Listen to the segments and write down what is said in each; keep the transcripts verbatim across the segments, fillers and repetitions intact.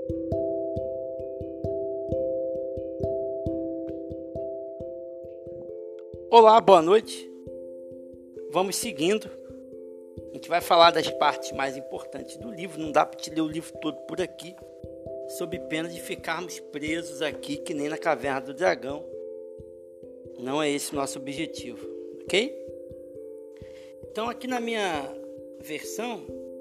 Olá, boa noite. Vamos seguindo. A gente vai falar das partes mais importantes do livro. Não dá para te ler o livro todo por aqui, sob pena de ficarmos presos aqui que nem na caverna do dragão. Não é esse o nosso objetivo, ok? Então aqui na minha versão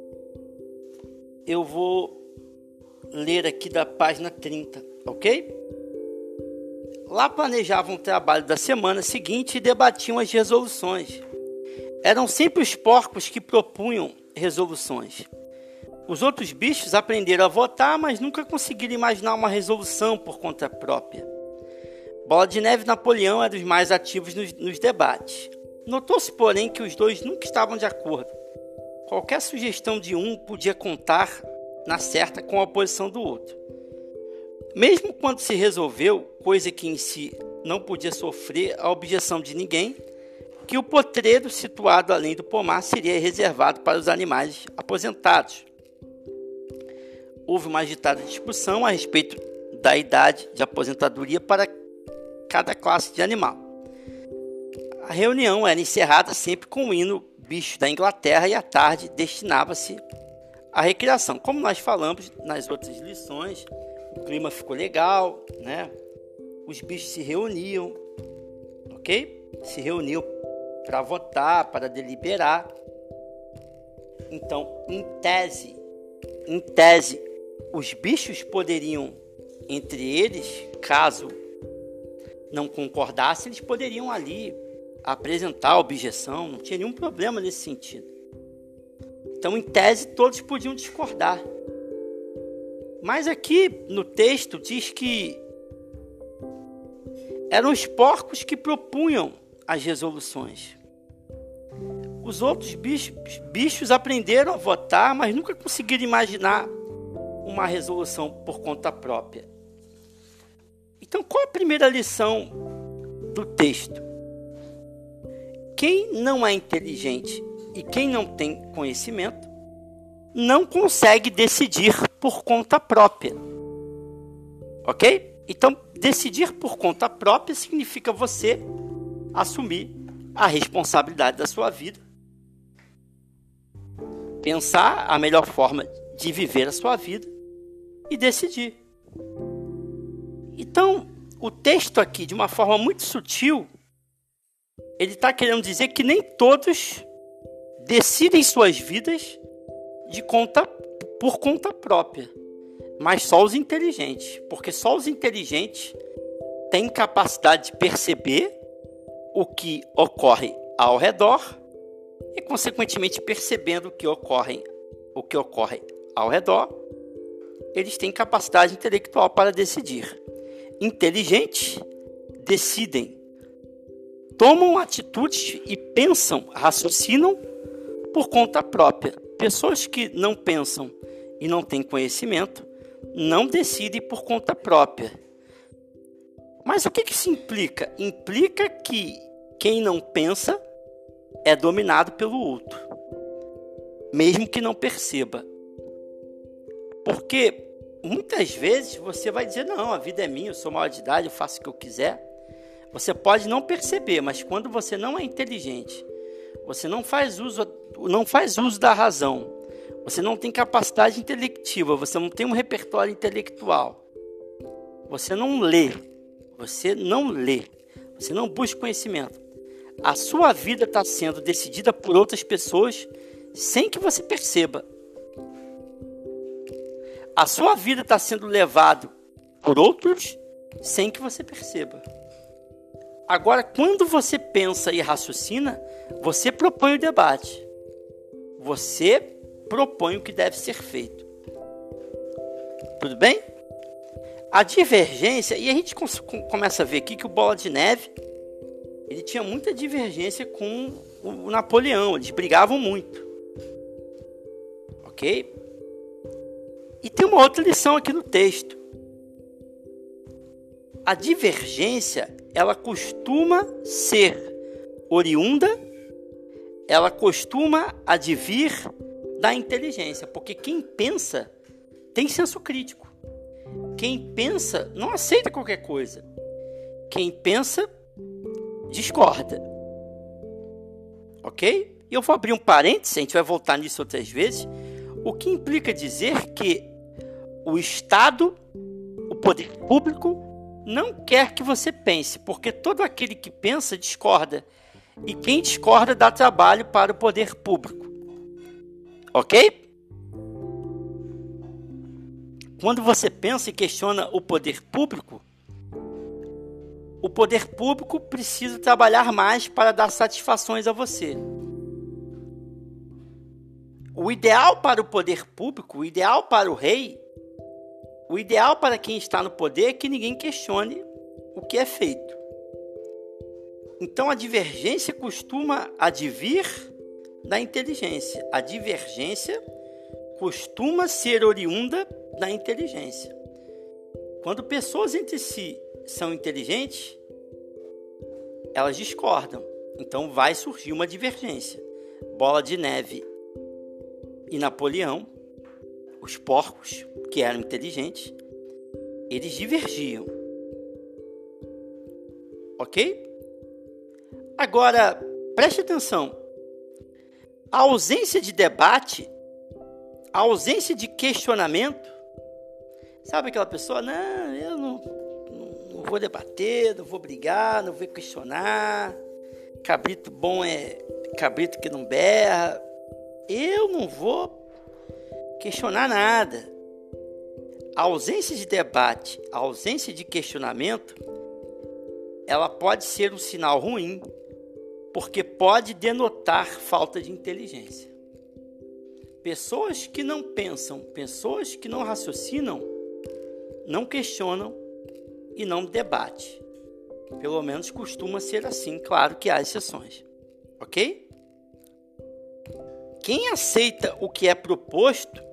eu vou ler aqui da página trinta, ok? Lá planejavam o trabalho da semana seguinte e debatiam as resoluções. Eram sempre os porcos que propunham resoluções. Os outros bichos aprenderam a votar, mas nunca conseguiram imaginar uma resolução por conta própria. Bola de Neve e Napoleão eram os mais ativos nos, nos debates. Notou-se, porém, que os dois nunca estavam de acordo. Qualquer sugestão de um podia contar na certa com a oposição do outro. Mesmo quando se resolveu, coisa que em si não podia sofrer a objeção de ninguém, que o potreiro situado além do pomar seria reservado para os animais aposentados. Houve uma agitada discussão a respeito da idade de aposentadoria para cada classe de animal. A reunião era encerrada sempre com o hino Bicho da Inglaterra e à tarde destinava-se à recreação. Como nós falamos nas outras lições, o clima ficou legal, né? Os bichos se reuniam, ok? Se reuniam para votar, para deliberar. Então, em tese, em tese, os bichos poderiam, entre eles, caso não concordassem, eles poderiam ali apresentar a objeção, não tinha nenhum problema nesse sentido. Então, em tese, todos podiam discordar. Mas aqui no texto diz que eram os porcos que propunham as resoluções. Os outros bichos, bichos aprenderam a votar, mas nunca conseguiram imaginar uma resolução por conta própria. Então, qual a primeira lição do texto? Quem não é inteligente e quem não tem conhecimento não consegue decidir por conta própria. Ok? Então, decidir por conta própria significa você assumir a responsabilidade da sua vida, pensar a melhor forma de viver a sua vida e decidir. Então, o texto aqui, de uma forma muito sutil, ele está querendo dizer que nem todos decidem suas vidas de conta, por conta própria, mas só os inteligentes, porque só os inteligentes têm capacidade de perceber o que ocorre ao redor e, consequentemente, percebendo o que ocorre, o que ocorre ao redor, eles têm capacidade intelectual para decidir. Inteligentes decidem, tomam atitudes e pensam, raciocinam por conta própria. Pessoas que não pensam e não têm conhecimento não decidem por conta própria. Mas o que que isso implica? Implica que quem não pensa é dominado pelo outro, mesmo que não perceba. Porque muitas vezes você vai dizer, não, a vida é minha, eu sou maior de idade, eu faço o que eu quiser. Você pode não perceber, mas quando você não é inteligente, você não faz uso, não faz uso da razão, você não tem capacidade intelectiva, você não tem um repertório intelectual, você não lê, você não lê, você não busca conhecimento. A sua vida está sendo decidida por outras pessoas sem que você perceba. A sua vida está sendo levada por outros sem que você perceba. Agora, quando você pensa e raciocina, você propõe o debate. Você propõe o que deve ser feito. Tudo bem? A divergência, e a gente começa a ver aqui que o Bola de Neve, ele tinha muita divergência com o Napoleão, eles brigavam muito. Ok? E tem uma outra lição aqui no texto. A divergência, ela costuma ser oriunda, ela costuma advir da inteligência, porque quem pensa tem senso crítico. quem pensa não aceita qualquer coisa. Quem pensa, discorda. Ok? E eu vou abrir um parênteses, a gente vai voltar nisso outras vezes. O que implica dizer que o Estado, o poder público, não quer que você pense, porque todo aquele que pensa discorda. E quem discorda dá trabalho para o poder público. Ok? Quando você pensa e questiona o poder público, o poder público precisa trabalhar mais para dar satisfações a você. O ideal para o poder público, o ideal para o rei, o ideal para quem está no poder é que ninguém questione o que é feito. Então a divergência costuma advir da inteligência. A divergência costuma ser oriunda da inteligência. Quando pessoas entre si são inteligentes, elas discordam. Então vai surgir uma divergência. Bola de Neve e Napoleão, os porcos, que eram inteligentes, eles divergiam. Ok? Agora, preste atenção. A ausência de debate, a ausência de questionamento, sabe aquela pessoa, não, eu não, não, não vou debater, não vou brigar, não vou questionar, cabrito bom é cabrito que não berra, eu não vou questionar nada. A ausência de debate, a ausência de questionamento, ela pode ser um sinal ruim, porque pode denotar falta de inteligência. Pessoas que não pensam, pessoas que não raciocinam, não questionam e não debatem. Pelo menos costuma ser assim, claro que há exceções. Ok? Quem aceita o que é proposto,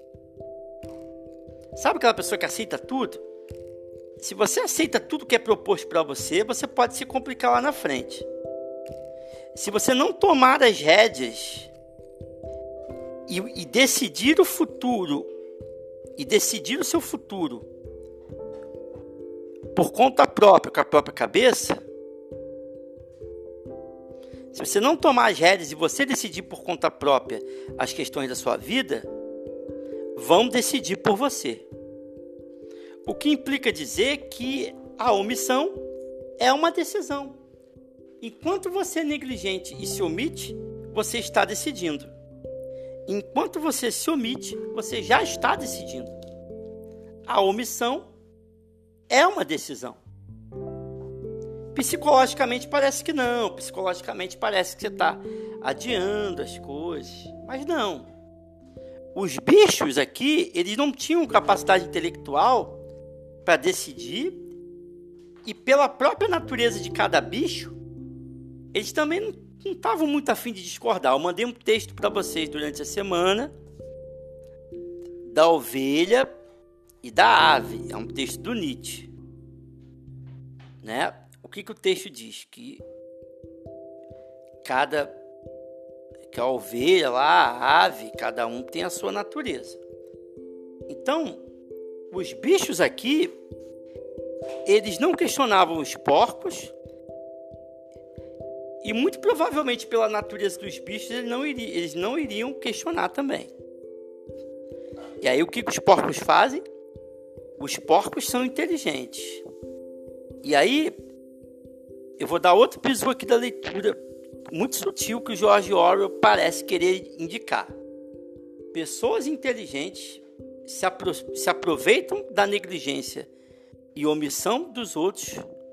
sabe aquela pessoa que aceita tudo? Se você aceita tudo que é proposto para você, você pode se complicar lá na frente. Se você não tomar as rédeas e, e decidir o futuro, e decidir o seu futuro por conta própria, com a própria cabeça, se você não tomar as rédeas e você decidir por conta própria as questões da sua vida, vão decidir por você. O que implica dizer que a omissão é uma decisão. Enquanto você é negligente e se omite, você está decidindo. Enquanto você se omite, você já está decidindo. A omissão é uma decisão. Psicologicamente parece que não. Psicologicamente parece que você está adiando as coisas. Mas não. Os bichos aqui, eles não tinham capacidade intelectual para decidir. E pela própria natureza de cada bicho, eles também não estavam muito afim de discordar. Eu mandei um texto para vocês durante a semana da ovelha e da ave. É um texto do Nietzsche. Né? O que, que o texto diz? Que cada que a ovelha lá, a ave, cada um tem a sua natureza. Então, os bichos aqui, eles não questionavam os porcos, e muito provavelmente pela natureza dos bichos, eles não iriam, eles não iriam questionar também. E aí o que os porcos fazem? Os porcos são inteligentes. E aí, eu vou dar outro bizu aqui da leitura, muito sutil, que o George Orwell parece querer indicar. Pessoas inteligentes se, apro- se aproveitam da negligência e omissão dos outros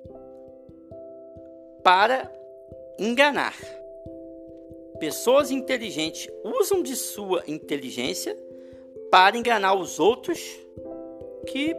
para enganar. Pessoas inteligentes usam de sua inteligência para enganar os outros que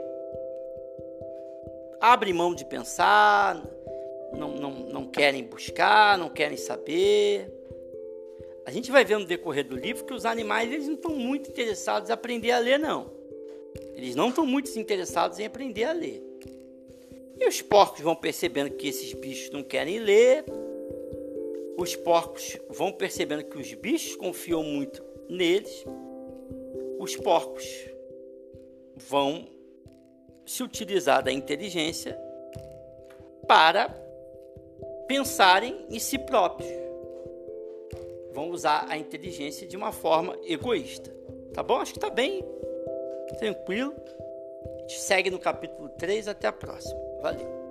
abrem mão de pensar, não, não, não querem buscar, não querem saber. A gente vai ver no decorrer do livro que os animais eles não estão muito interessados em aprender a ler, não. Eles não estão muito interessados em aprender a ler. E os porcos vão percebendo que esses bichos não querem ler. Os porcos vão percebendo que os bichos confiam muito neles. Os porcos vão se utilizar da inteligência para pensarem em si próprios. Vão usar a inteligência de uma forma egoísta. Tá bom? Acho que tá bem tranquilo. A gente segue no capítulo três. Até a próxima. Valeu.